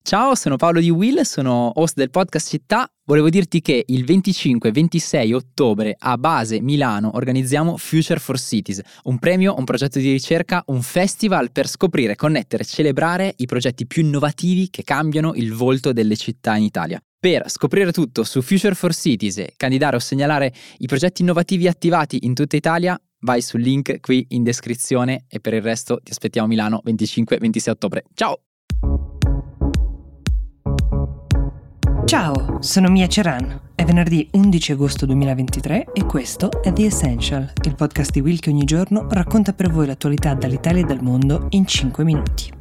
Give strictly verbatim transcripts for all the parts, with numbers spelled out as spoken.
Ciao, sono Paolo di Will, sono host del podcast Città. Volevo dirti che il venticinque e ventisei ottobre a Base, Milano, organizziamo Future for Cities, un premio, un progetto di ricerca, un festival per scoprire, connettere e celebrare i progetti più innovativi che cambiano il volto delle città in Italia. Per scoprire tutto su Future for Cities e candidare o segnalare i progetti innovativi attivati in tutta Italia, vai sul link qui in descrizione e per il resto ti aspettiamo a Milano venticinque e ventisei ottobre. Ciao! Ciao, sono Mia Ceran. È venerdì undici agosto duemilaventitré e questo è The Essential, il podcast di Will che ogni giorno racconta per voi l'attualità dall'Italia e dal mondo in cinque minuti.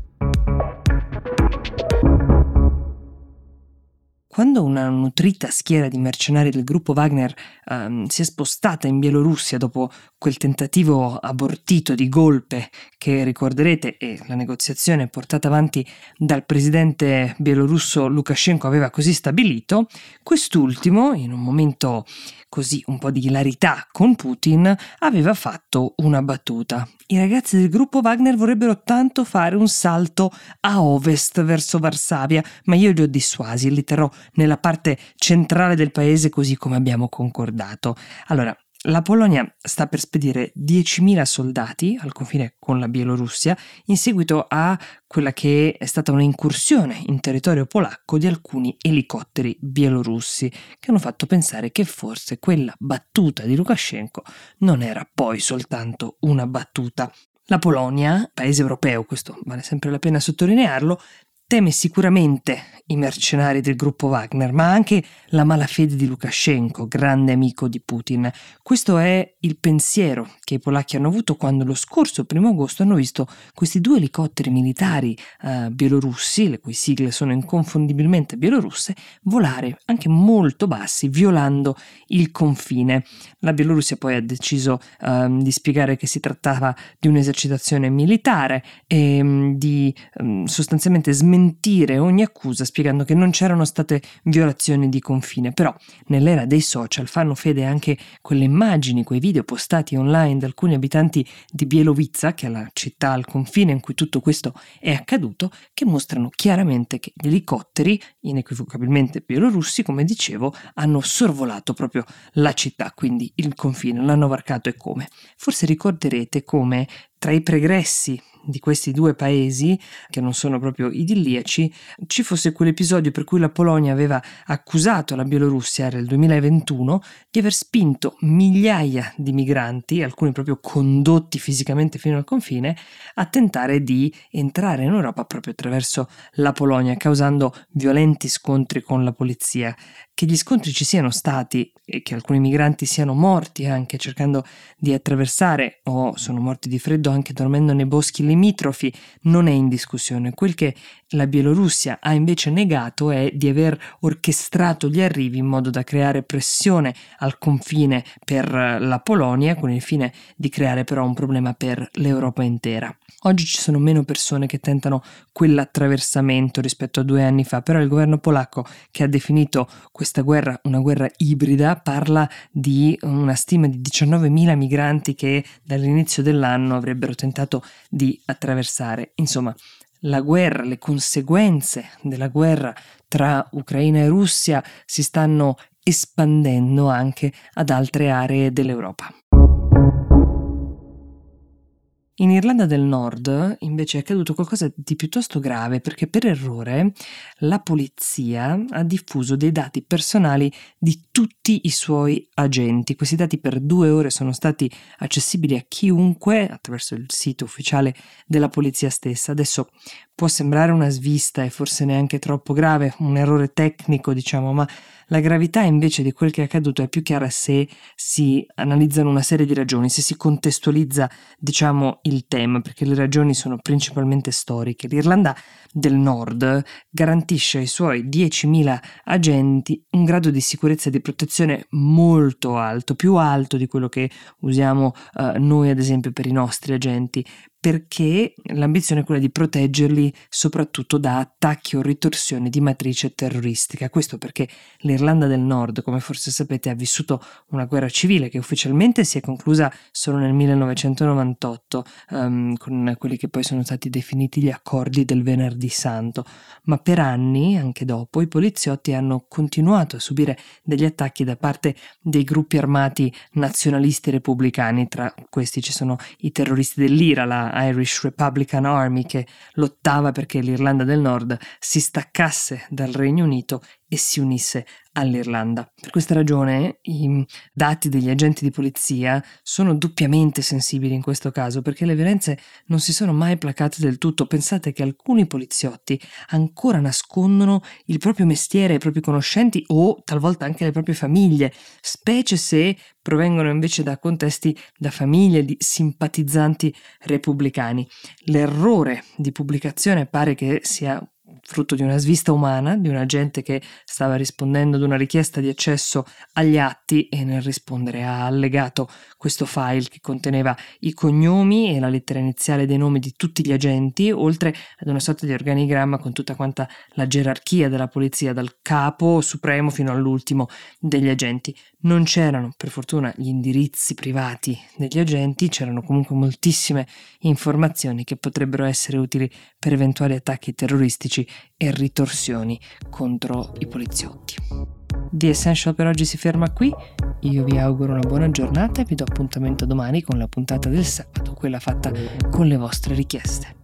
Quando una nutrita schiera di mercenari del gruppo Wagner um, si è spostata in Bielorussia dopo quel tentativo abortito di golpe che ricorderete e la negoziazione portata avanti dal presidente bielorusso Lukashenko aveva così stabilito, quest'ultimo, in un momento così un po' di ilarità con Putin, aveva fatto una battuta. I ragazzi del gruppo Wagner vorrebbero tanto fare un salto a ovest verso Varsavia, ma io li ho dissuasi, li terrò nella parte centrale del paese così come abbiamo concordato. Allora, la Polonia sta per spedire diecimila soldati al confine con la Bielorussia in seguito a quella che è stata una incursione in territorio polacco di alcuni elicotteri bielorussi che hanno fatto pensare che forse quella battuta di Lukashenko non era poi soltanto una battuta. La Polonia, paese europeo, questo vale sempre la pena sottolinearlo, teme sicuramente i mercenari del gruppo Wagner, ma anche la malafede di Lukashenko, grande amico di Putin. Questo è il pensiero che i polacchi hanno avuto quando lo scorso primo agosto hanno visto questi due elicotteri militari eh, bielorussi, le cui sigle sono inconfondibilmente bielorusse, volare anche molto bassi, violando il confine. La Bielorussia poi ha deciso eh, di spiegare che si trattava di un'esercitazione militare e mh, di mh, sostanzialmente smentire ogni accusa spiegando che non c'erano state violazioni di confine, però nell'era dei social fanno fede anche quelle immagini, quei video postati online da alcuni abitanti di Bielowica, che è la città al confine in cui tutto questo è accaduto, che mostrano chiaramente che gli elicotteri, inequivocabilmente bielorussi, come dicevo, hanno sorvolato proprio la città, quindi il confine, l'hanno varcato e come. Forse ricorderete come tra i pregressi di questi due paesi, che non sono proprio idilliaci, ci fosse quell'episodio per cui la Polonia aveva accusato la Bielorussia, era il duemilaventuno, di aver spinto migliaia di migranti, alcuni proprio condotti fisicamente fino al confine, a tentare di entrare in Europa proprio attraverso la Polonia, causando violenti scontri con la polizia. Che gli scontri ci siano stati e che alcuni migranti siano morti anche cercando di attraversare o sono morti di freddo anche dormendo nei boschi limitrofi non è in discussione. Quel che la Bielorussia ha invece negato è di aver orchestrato gli arrivi in modo da creare pressione al confine per la Polonia, con il fine di creare però un problema per l'Europa intera. Oggi ci sono meno persone che tentano quell'attraversamento rispetto a due anni fa, però il governo polacco, che ha definito questa guerra una guerra ibrida, parla di una stima di diciannovemila migranti che dall'inizio dell'anno avrebbero tentato di attraversare. Insomma, la guerra, le conseguenze della guerra tra Ucraina e Russia si stanno espandendo anche ad altre aree dell'Europa. In Irlanda del Nord invece è accaduto qualcosa di piuttosto grave perché per errore la polizia ha diffuso dei dati personali di tutti i suoi agenti. Questi dati per due ore sono stati accessibili a chiunque attraverso il sito ufficiale della polizia stessa. Adesso può sembrare una svista e forse neanche troppo grave, un errore tecnico diciamo, ma la gravità invece di quel che è accaduto è più chiara se si analizzano una serie di ragioni, se si contestualizza diciamo il tema, perché le ragioni sono principalmente storiche. L'Irlanda del Nord garantisce ai suoi diecimila agenti un grado di sicurezza e di protezione molto alto, più alto di quello che usiamo uh, noi ad esempio per i nostri agenti. perché l'ambizione è quella di proteggerli soprattutto da attacchi o ritorsioni di matrice terroristica. Questo perché l'Irlanda del Nord, come forse sapete, ha vissuto una guerra civile che ufficialmente si è conclusa solo nel millenovecentonovantotto, um, con quelli che poi sono stati definiti gli accordi del Venerdì Santo, ma per anni, anche dopo, i poliziotti hanno continuato a subire degli attacchi da parte dei gruppi armati nazionalisti repubblicani. Tra questi ci sono i terroristi dell'Ira, la Irish Republican Army, che lottava perché l'Irlanda del Nord si staccasse dal Regno Unito e si unisse all'Irlanda. Per questa ragione i dati degli agenti di polizia sono doppiamente sensibili in questo caso, perché le violenze non si sono mai placate del tutto. Pensate che alcuni poliziotti ancora nascondono il proprio mestiere ai propri conoscenti o talvolta anche alle proprie famiglie, specie se provengono invece da contesti, da famiglie di simpatizzanti repubblicani. L'errore di pubblicazione pare che sia frutto di una svista umana, di un agente che stava rispondendo ad una richiesta di accesso agli atti e nel rispondere ha allegato questo file che conteneva i cognomi e la lettera iniziale dei nomi di tutti gli agenti, oltre ad una sorta di organigramma con tutta quanta la gerarchia della polizia, dal capo supremo fino all'ultimo degli agenti. Non c'erano, per fortuna, gli indirizzi privati degli agenti, c'erano comunque moltissime informazioni che potrebbero essere utili per eventuali attacchi terroristici e ritorsioni contro i poliziotti. The Essential per oggi si ferma qui, io vi auguro una buona giornata e vi do appuntamento domani con la puntata del sabato, quella fatta con le vostre richieste.